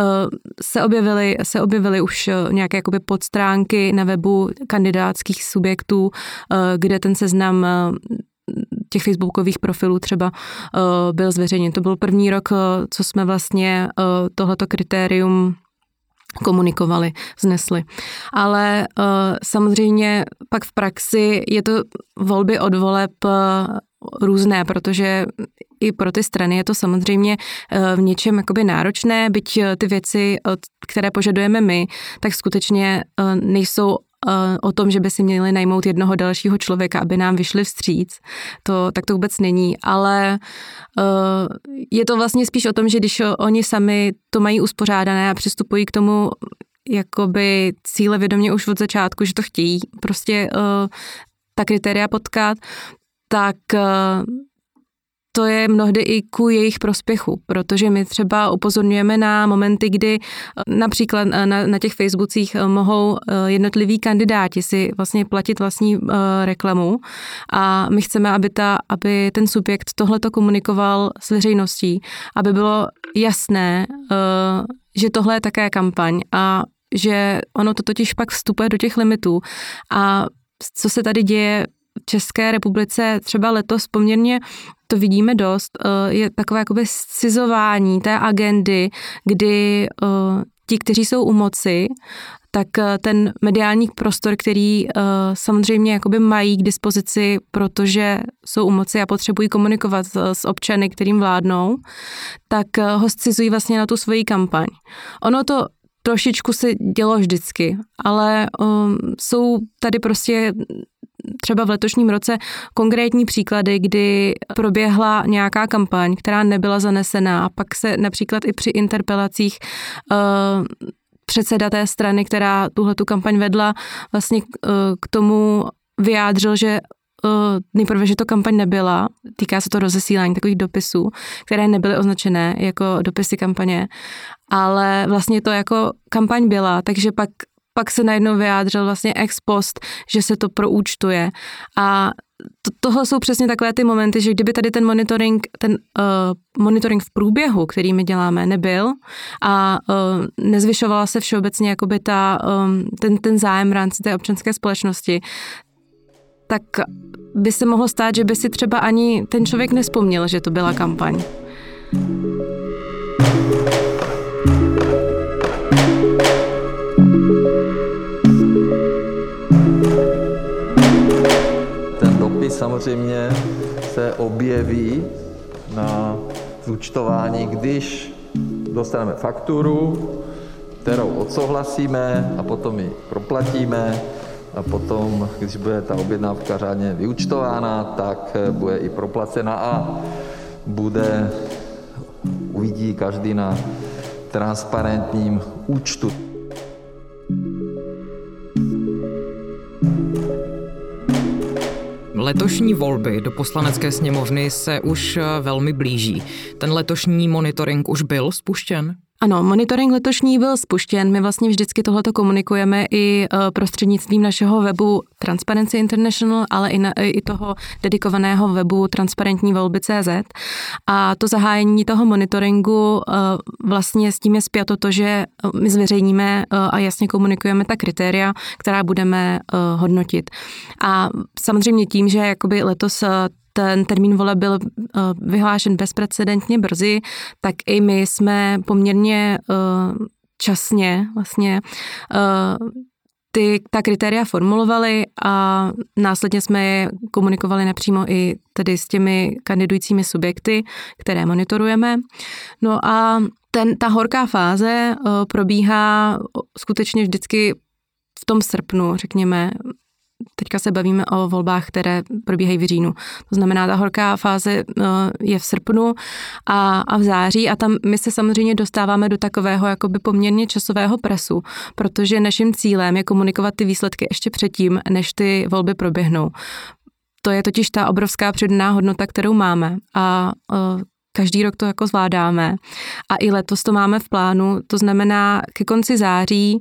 [SPEAKER 2] se objevily, se objevily už nějaké jakoby podstránky na webu kandidátských subjektů, kde ten seznam těch facebookových profilů třeba byl zveřejněn. To byl první rok, co jsme vlastně tohleto kritérium komunikovali, znesli. Ale uh, samozřejmě pak v praxi je to volby od voleb uh, různé, protože i pro ty strany je to samozřejmě uh, v něčem jakoby náročné, byť uh, ty věci, uh, které požadujeme my, tak skutečně uh, nejsou o tom, že by si měli najmout jednoho dalšího člověka, aby nám vyšli vstříc. To, tak to vůbec není, ale je to vlastně spíš o tom, že když oni sami to mají uspořádané a přistupují k tomu jakoby cílevědomě už od začátku, že to chtějí prostě ta kritéria potkat, tak to je mnohdy i ku jejich prospěchu, protože my třeba upozorňujeme na momenty, kdy například na, na těch Facebookích mohou jednotliví kandidáti si vlastně platit vlastní uh, reklamu a my chceme, aby, ta, aby ten subjekt tohleto komunikoval s veřejností, aby bylo jasné, uh, že tohle je také kampaň a že ono to totiž pak vstupuje do těch limitů a co se tady děje v České republice třeba letos poměrně to vidíme dost, je takové jakoby scizování té agendy, kdy ti, kteří jsou u moci, tak ten mediální prostor, který samozřejmě jakoby mají k dispozici, protože jsou u moci a potřebují komunikovat s občany, kterým vládnou, tak ho scizují vlastně na tu svoji kampaň. Ono to trošičku se dělo vždycky, ale um, jsou tady prostě třeba v letošním roce konkrétní příklady, kdy proběhla nějaká kampaň, která nebyla zanesená a pak se například i při interpelacích uh, předseda té strany, která tuhletu kampaň vedla, vlastně uh, k tomu vyjádřil, že uh, nejprve, že to kampaň nebyla, týká se to rozesílání takových dopisů, které nebyly označené jako dopisy kampaně, ale vlastně to jako kampaň byla, takže pak pak se najednou vyjádřil vlastně ex post, že se to proúčtuje. A to, tohle jsou přesně takové ty momenty, že kdyby tady ten monitoring, ten uh, monitoring v průběhu, který my děláme, nebyl a uh, nezvyšovala se všeobecně jakoby ta, um, ten, ten zájem v rámci té občanské společnosti, tak by se mohlo stát, že by si třeba ani ten člověk nevzpomněl, že to byla kampaň.
[SPEAKER 9] Samozřejmě se objeví na zúčtování, když dostaneme fakturu, kterou odsouhlasíme a potom ji proplatíme a potom, když bude ta objednávka řádně vyúčtována, tak bude i proplacena a bude, uvidí každý na transparentním účtu.
[SPEAKER 1] Letošní volby do Poslanecké sněmovny se už velmi blíží. Ten letošní monitoring už byl spuštěn?
[SPEAKER 2] Ano, monitoring letošní byl spuštěn. My vlastně vždycky tohleto komunikujeme i prostřednictvím našeho webu Transparency International, ale i, na, i toho dedikovaného webu transparentní volby tečka cé zet. A to zahájení toho monitoringu vlastně s tím je spjato to, že my zveřejníme a jasně komunikujeme ta kritéria, která budeme hodnotit. A samozřejmě tím, že jakoby letos ten termín voleb byl vyhlášen bezprecedentně brzy, tak i my jsme poměrně časně vlastně ty, ta kritéria formulovali a následně jsme je komunikovali napřímo i tedy s těmi kandidujícími subjekty, které monitorujeme. No a ten, ta horká fáze probíhá skutečně vždycky v tom srpnu, řekněme. Teďka se bavíme o volbách, které probíhají v říjnu. To znamená, ta horká fáze je v srpnu a, a v září a tam my se samozřejmě dostáváme do takového jakoby poměrně časového presu, protože naším cílem je komunikovat ty výsledky ještě předtím, než ty volby proběhnou. To je totiž ta obrovská přidaná hodnota, kterou máme a každý rok to jako zvládáme a i letos to máme v plánu, to znamená ke konci září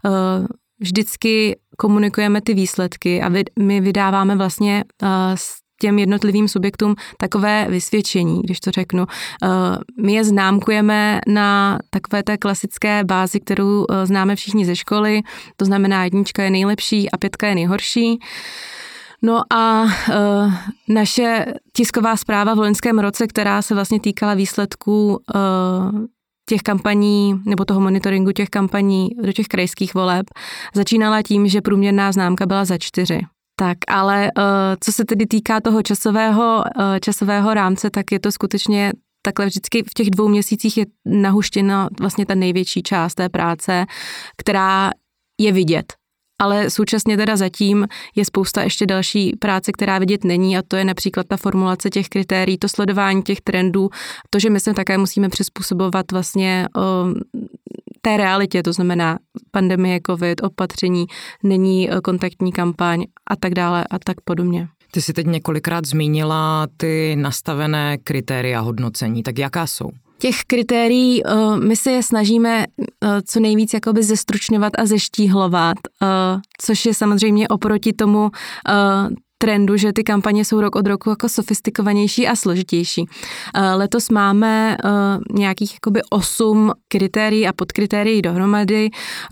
[SPEAKER 2] vždycky komunikujeme ty výsledky a my vydáváme vlastně s těm jednotlivým subjektům takové vysvědčení, když to řeknu. My je známkujeme na takové té klasické bázi, kterou známe všichni ze školy, to znamená jednička je nejlepší a pětka je nejhorší. No a uh, naše tisková zpráva v loňském roce, která se vlastně týkala výsledků uh, těch kampaní nebo toho monitoringu těch kampaní do těch krajských voleb, začínala tím, že průměrná známka byla za čtyři. Tak, ale uh, co se tedy týká toho časového, uh, časového rámce, tak je to skutečně takhle vždycky v těch dvou měsících je nahuštěna vlastně ta největší část té práce, která je vidět. Ale současně teda zatím je spousta ještě další práce, která vidět není, a to je například ta formulace těch kritérií, to sledování těch trendů, to, že my se také musíme přizpůsobovat vlastně o, té realitě, to znamená pandemie, covid, opatření, není kontaktní kampaň a tak dále a tak podobně.
[SPEAKER 1] Ty jsi teď několikrát zmínila ty nastavené kritéria hodnocení, tak jaká jsou?
[SPEAKER 2] Těch kritérií my se je snažíme co nejvíc jakoby zestručňovat a zeštíhlovat, což je samozřejmě oproti tomu trendu, že ty kampaně jsou rok od roku jako sofistikovanější a složitější. Letos máme nějakých jakoby osm kritérií a podkritérií dohromady,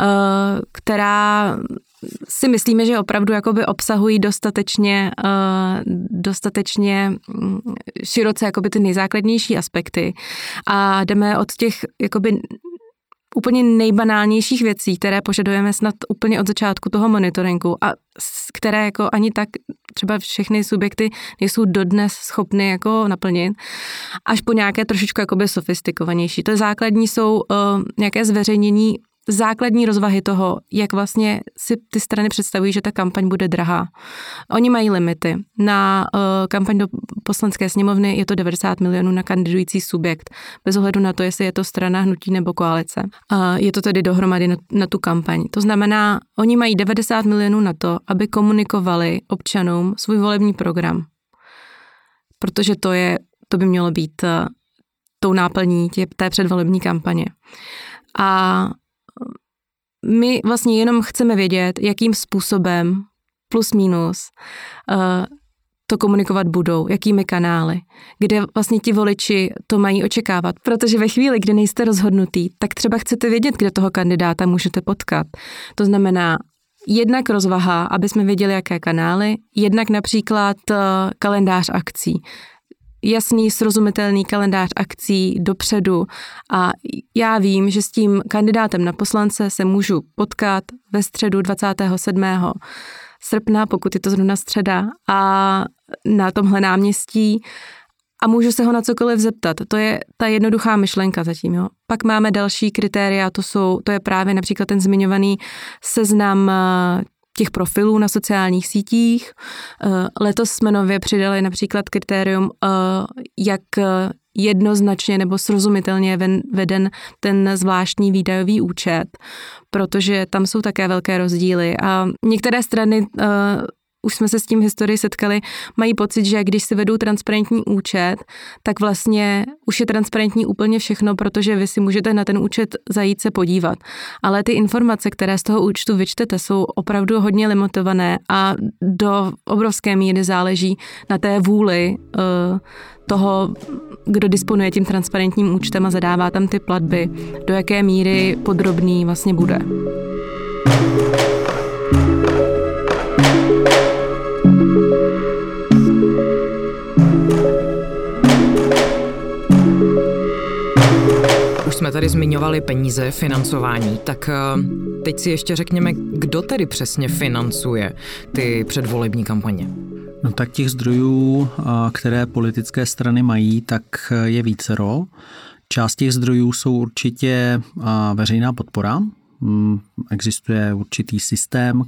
[SPEAKER 2] která si myslíme, že opravdu jakoby obsahují dostatečně, dostatečně široce jakoby ty nejzákladnější aspekty a jdeme od těch jakoby úplně nejbanálnějších věcí, které požadujeme snad úplně od začátku toho monitoringu a které jako ani tak třeba všechny subjekty nejsou dodnes schopny jako naplnit, až po nějaké trošičku jakoby sofistikovanější. To základní jsou uh, nějaké zveřejnění základní rozvahy toho, jak vlastně si ty strany představují, že ta kampaň bude drahá. Oni mají limity. Na uh, kampaň do poslanecké sněmovny je to devadesát milionů na kandidující subjekt, bez ohledu na to, jestli je to strana, hnutí nebo koalice. Uh, je to tedy dohromady na, na tu kampaň. To znamená, oni mají devadesát milionů na to, aby komunikovali občanům svůj volební program. Protože to je, to by mělo být uh, tou náplní tě, té předvolební kampaně. A my vlastně jenom chceme vědět, jakým způsobem plus minus uh, to komunikovat budou, jakými kanály, kde vlastně ti voliči to mají očekávat. Protože ve chvíli, kdy nejste rozhodnutý, tak třeba chcete vědět, kde toho kandidáta můžete potkat. To znamená jednak rozvaha, aby jsme věděli, jaké kanály, jednak například uh, kalendář akcí. Jasný, srozumitelný kalendář akcí dopředu a já vím, že s tím kandidátem na poslance se můžu potkat ve středu dvacátého sedmého srpna, pokud je to zrovna středa, a na tomhle náměstí a můžu se ho na cokoliv zeptat. To je ta jednoduchá myšlenka zatím. Jo. Pak máme další kritéria, to, jsou, to je právě například ten zmiňovaný seznam těch profilů na sociálních sítích. Letos jsme nově přidali například kritérium, jak jednoznačně nebo srozumitelně je veden ten zvláštní výdajový účet, protože tam jsou také velké rozdíly a některé strany, už jsme se s tím v historii setkali, mají pocit, že když si vedou transparentní účet, tak vlastně už je transparentní úplně všechno, protože vy si můžete na ten účet zajít se podívat. Ale ty informace, které z toho účtu vyčtete, jsou opravdu hodně limitované a do obrovské míry záleží na té vůli uh, toho, kdo disponuje tím transparentním účtem a zadává tam ty platby, do jaké míry podrobný vlastně bude.
[SPEAKER 1] Už jsme tady zmiňovali peníze, financování, tak teď si ještě řekněme, kdo tedy přesně financuje ty předvolební kampaně?
[SPEAKER 3] No tak těch zdrojů, které politické strany mají, tak je vícero. Část těch zdrojů jsou určitě veřejná podpora. Existuje určitý systém,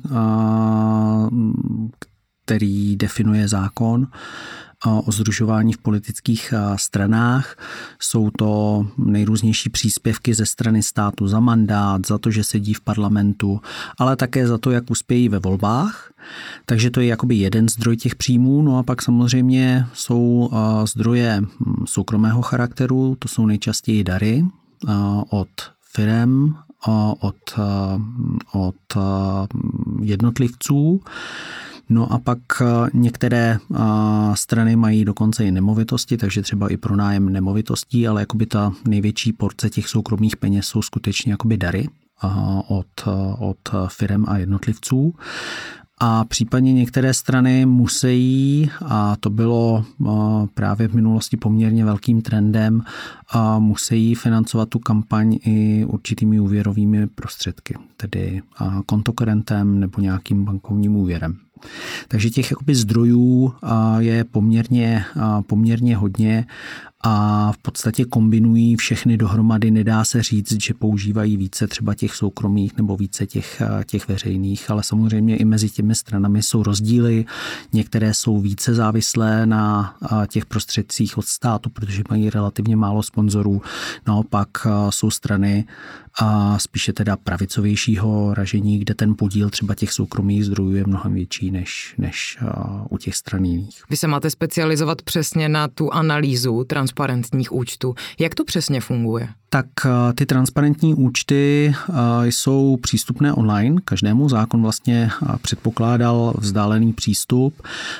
[SPEAKER 3] který definuje zákon o sdružování v politických stranách. Jsou to nejrůznější příspěvky ze strany státu za mandát, za to, že sedí v parlamentu, ale také za to, jak uspějí ve volbách. Takže to je jakoby jeden zdroj těch příjmů. No a pak samozřejmě jsou zdroje soukromého charakteru, to jsou nejčastěji dary od firem, od, od jednotlivců. No a pak některé strany mají dokonce i nemovitosti, takže třeba i pronájem nemovitostí, ale jakoby ta největší porce těch soukromých peněz jsou skutečně jakoby dary od, od firem a jednotlivců. A případně některé strany musí, a to bylo právě v minulosti poměrně velkým trendem, a musí financovat tu kampaň i určitými úvěrovými prostředky, tedy kontokorentem nebo nějakým bankovním úvěrem. Takže těch jakoby zdrojů je poměrně, poměrně hodně a v podstatě kombinují všechny dohromady. Nedá se říct, že používají více třeba těch soukromých nebo více těch, těch veřejných, ale samozřejmě i mezi těmi stranami jsou rozdíly. Některé jsou více závislé na těch prostředcích od státu, protože mají relativně málo sponzorů. Naopak jsou strany a spíše teda pravicovějšího ražení, kde ten podíl třeba těch soukromých zdrojů je mnohem větší než, než u těch stran jiných.
[SPEAKER 1] Vy se máte specializovat přesně na tu analýzu transparentních účtů. Jak to přesně funguje?
[SPEAKER 3] Tak ty transparentní účty jsou přístupné online. Každému zákon vlastně předpokládal vzdálený přístup,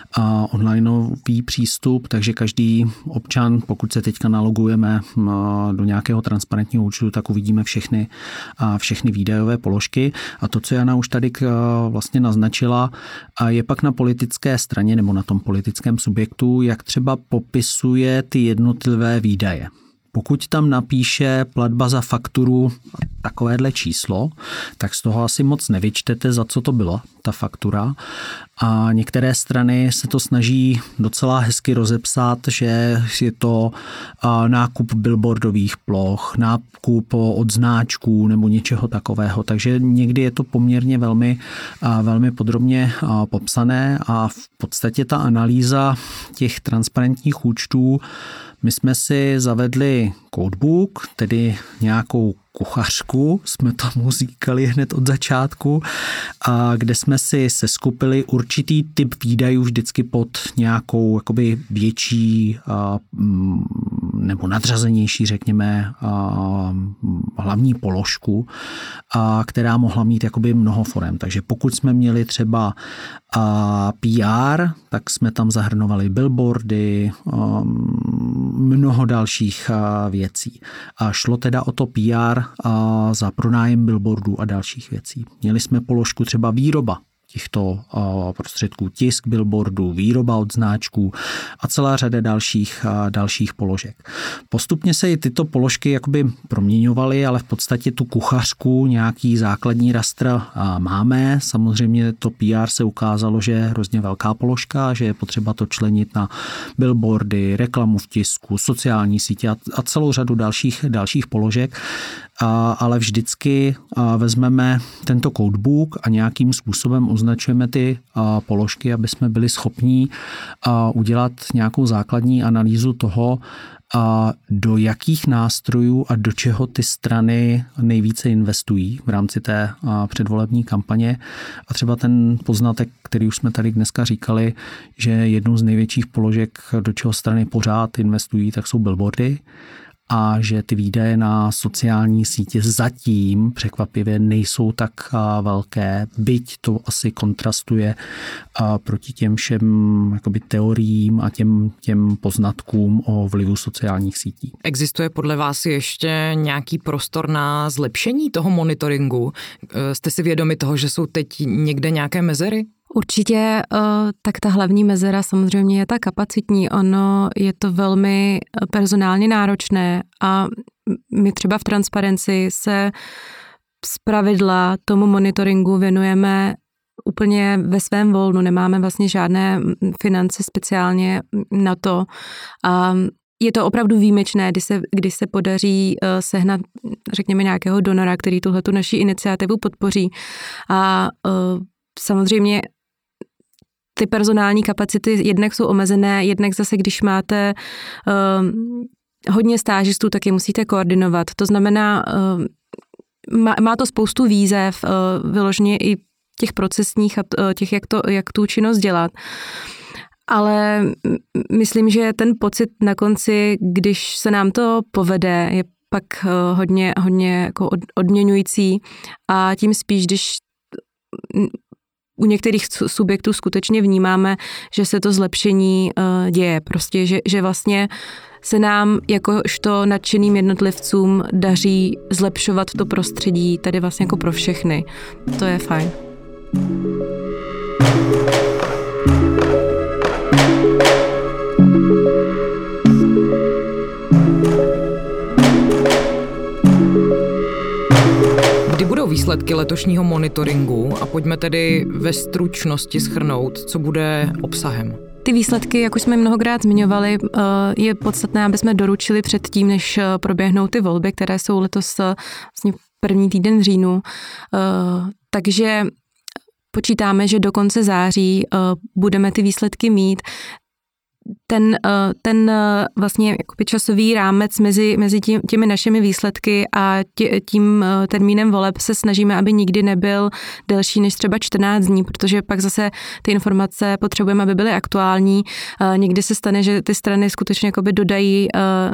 [SPEAKER 3] onlineový přístup, takže každý občan, pokud se teďka nalogujeme do nějakého transparentního účtu, tak uvidíme všechny, všechny výdajové položky. A to, co Jana už tady vlastně naznačila, je pak na politické straně nebo na tom politickém subjektu, jak třeba popisuje ty jednotlivé výdaje. Pokud tam napíše platba za fakturu takovéhle číslo, tak z toho asi moc nevyčtete, za co to byla ta faktura. A některé strany se to snaží docela hezky rozepsat, že je to nákup billboardových ploch, nákup odznáčků nebo něčeho takového. Takže někdy je to poměrně velmi, velmi podrobně popsané a v podstatě ta analýza těch transparentních účtů. My jsme si zavedli codebook, tedy nějakou kuchařku, jsme tomu říkali hned od začátku, a kde jsme si seskupili určitý typ výdajů vždycky pod nějakou jakoby větší a, nebo nadřazenější, řekněme, a, hlavní položku, a, která mohla mít jakoby mnoho forem. Takže pokud jsme měli třeba a, P R, tak jsme tam zahrnovali billboardy, a, mnoho dalších a, věcí. A šlo teda o to P R a za pronájem billboardů a dalších věcí. Měli jsme položku třeba výroba těchto prostředků, tisk billboardů, výroba odznáčků a celá řada dalších, dalších položek. Postupně se i tyto položky jakoby proměňovaly, ale v podstatě tu kuchařku, nějaký základní rastr máme. Samozřejmě to P R se ukázalo, že je hrozně velká položka, že je potřeba to členit na billboardy, reklamu v tisku, sociální sítě a celou řadu dalších, dalších položek. A, ale vždycky a, vezmeme tento codebook a nějakým způsobem označujeme ty a, položky, aby jsme byli schopní a, udělat nějakou základní analýzu toho, a do jakých nástrojů a do čeho ty strany nejvíce investují v rámci té a, předvolební kampaně. A třeba ten poznatek, který už jsme tady dneska říkali, že jednou z největších položek, do čeho strany pořád investují, tak jsou billboardy. A že ty výdaje na sociální sítě zatím překvapivě nejsou tak velké, byť to asi kontrastuje proti těm všem jakoby teoriím a těm, těm poznatkům o vlivu sociálních sítí.
[SPEAKER 1] Existuje podle vás ještě nějaký prostor na zlepšení toho monitoringu? Jste si vědomi toho, že jsou teď někde nějaké mezery?
[SPEAKER 2] Určitě, tak ta hlavní mezera samozřejmě je ta kapacitní. Ono je to velmi personálně náročné a my třeba v Transparenci se zpravidla tomu monitoringu věnujeme úplně ve svém volnu. Nemáme vlastně žádné finance speciálně na to. A je to opravdu výjimečné, když se, když se podaří sehnat, řekněme, nějakého donora, který tuhletu naši iniciativu podpoří. A samozřejmě ty personální kapacity jednak jsou omezené, jednak zase, když máte uh, hodně stážistů, tak je musíte koordinovat. To znamená, uh, má, má to spoustu výzev, uh, vyloženě i těch procesních a uh, těch, jak, to, jak tu činnost dělat. Ale myslím, že ten pocit na konci, když se nám to povede, je pak uh, hodně, hodně jako od, odměňující a tím spíš, když u některých subjektů skutečně vnímáme, že se to zlepšení uh, děje. Prostě, že, že vlastně se nám jakožto nadšeným jednotlivcům daří zlepšovat to prostředí tady vlastně jako pro všechny. To je fajn.
[SPEAKER 1] Kdy budou výsledky letošního monitoringu a pojďme tedy ve stručnosti shrnout, co bude obsahem?
[SPEAKER 2] ty výsledky, jak už jsme mnohokrát zmiňovali, je podstatné, aby jsme doručili před tím, než proběhnou ty volby, které jsou letos vlastně první týden v říjnu. Takže počítáme, že do konce září budeme ty výsledky mít. Ten, ten vlastně jakoby časový rámec mezi, mezi tím, těmi našimi výsledky a tě, tím termínem voleb se snažíme, aby nikdy nebyl delší než třeba čtrnáct dní, protože pak zase ty informace potřebujeme, aby byly aktuální. Někdy se stane, že ty strany skutečně jakoby dodají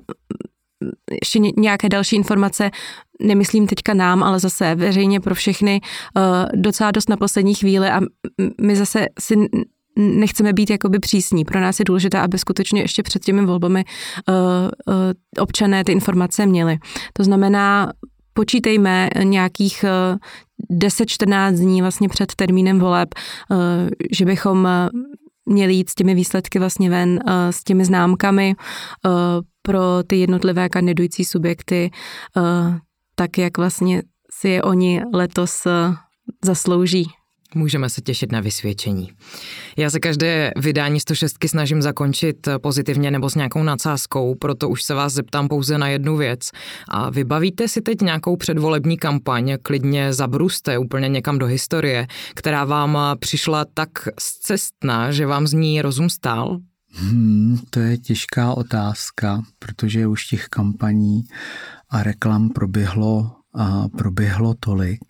[SPEAKER 2] ještě nějaké další informace, nemyslím teďka nám, ale zase veřejně pro všechny, docela dost na poslední chvíli a my zase si nechceme být jakoby přísní. Pro nás je důležité, aby skutečně ještě před těmi volbami uh, uh, občané ty informace měli. To znamená, počítejme nějakých uh, deset čtrnáct dní vlastně před termínem voleb, uh, že bychom uh, měli jít s těmi výsledky vlastně ven, uh, s těmi známkami uh, pro ty jednotlivé kandidující subjekty, uh, tak jak vlastně si je oni letos uh, zaslouží.
[SPEAKER 1] Můžeme se těšit na vysvědčení. Já se každé vydání sto šest snažím zakončit pozitivně nebo s nějakou nadsázkou, proto už se vás zeptám pouze na jednu věc. A vybavíte si teď nějakou předvolební kampaň, klidně zabruste úplně někam do historie, která vám přišla tak scestná, že vám z ní rozum stál?
[SPEAKER 3] Hmm, to je těžká otázka, protože už těch kampaní a reklam proběhlo, a proběhlo tolik.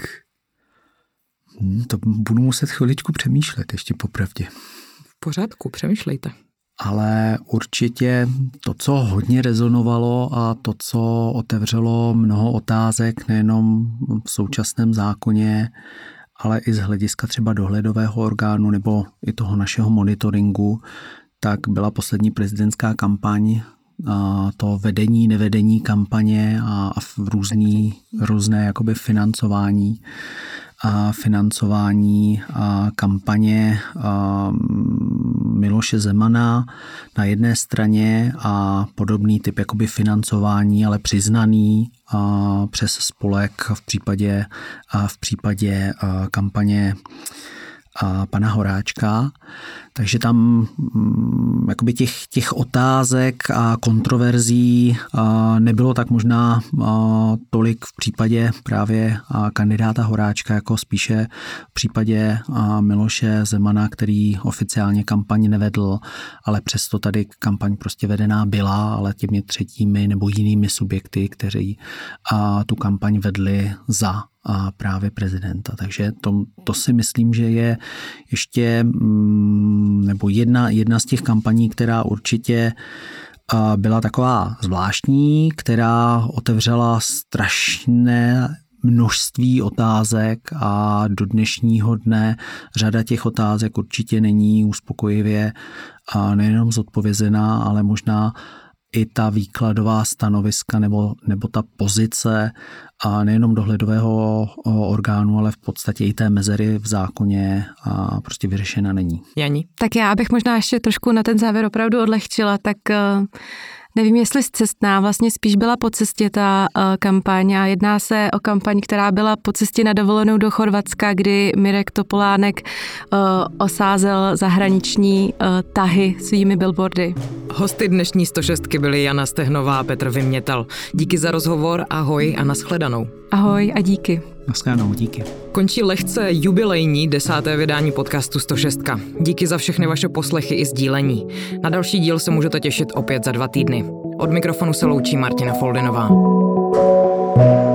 [SPEAKER 3] Hmm, to budu muset chviličku přemýšlet ještě popravdě.
[SPEAKER 1] V pořádku, přemýšlejte.
[SPEAKER 3] Ale určitě to, co hodně rezonovalo a to, co otevřelo mnoho otázek nejenom v současném zákoně, ale i z hlediska třeba dohledového orgánu nebo i toho našeho monitoringu, tak byla poslední prezidentská kampaň, a to vedení, nevedení kampaně a, a různý, různé jakoby financování a financování a kampaně a Miloše Zemana na jedné straně a podobný typ jakoby financování, ale přiznaný a přes spolek v případě, a v případě a kampaně a pana Horáčka. Takže tam m, jakoby těch, těch otázek a kontroverzí a nebylo tak možná a, tolik v případě právě a kandidáta Horáčka, jako spíše v případě a, Miloše Zemana, který oficiálně kampaň nevedl, ale přesto tady kampaň prostě vedená byla, ale těmi třetími nebo jinými subjekty, kteří a, tu kampaň vedli za a právě prezidenta. Takže to, to si myslím, že je ještě nebo jedna, jedna z těch kampaní, která určitě byla taková zvláštní, která otevřela strašné množství otázek a do dnešního dne řada těch otázek určitě není uspokojivě nejenom zodpovězená, ale možná i ta výkladová stanoviska nebo, nebo ta pozice a nejenom dohledového orgánu, ale v podstatě i té mezery v zákoně a prostě vyřešena není.
[SPEAKER 1] Jani?
[SPEAKER 2] Tak já bych možná ještě trošku na ten závěr opravdu odlehčila, tak nevím, jestli cestná, vlastně spíš byla po cestě ta uh, kampaň a jedná se o kampaň, která byla po cestě na dovolenou do Chorvatska, kdy Mirek Topolánek uh, osázel zahraniční uh, tahy svými billboardy.
[SPEAKER 1] Hosty dnešní sto šest byly Jana Stehnová a Petr Vymětal. Díky za rozhovor, ahoj a nashledanou.
[SPEAKER 2] Ahoj a díky.
[SPEAKER 3] Nashledanou, díky.
[SPEAKER 1] Končí lehce jubilejní desáté vydání podcastu sto šest. Díky za všechny vaše poslechy i sdílení. Na další díl se můžete těšit opět za dva týdny. Od mikrofonu se loučí Martina Foldinová.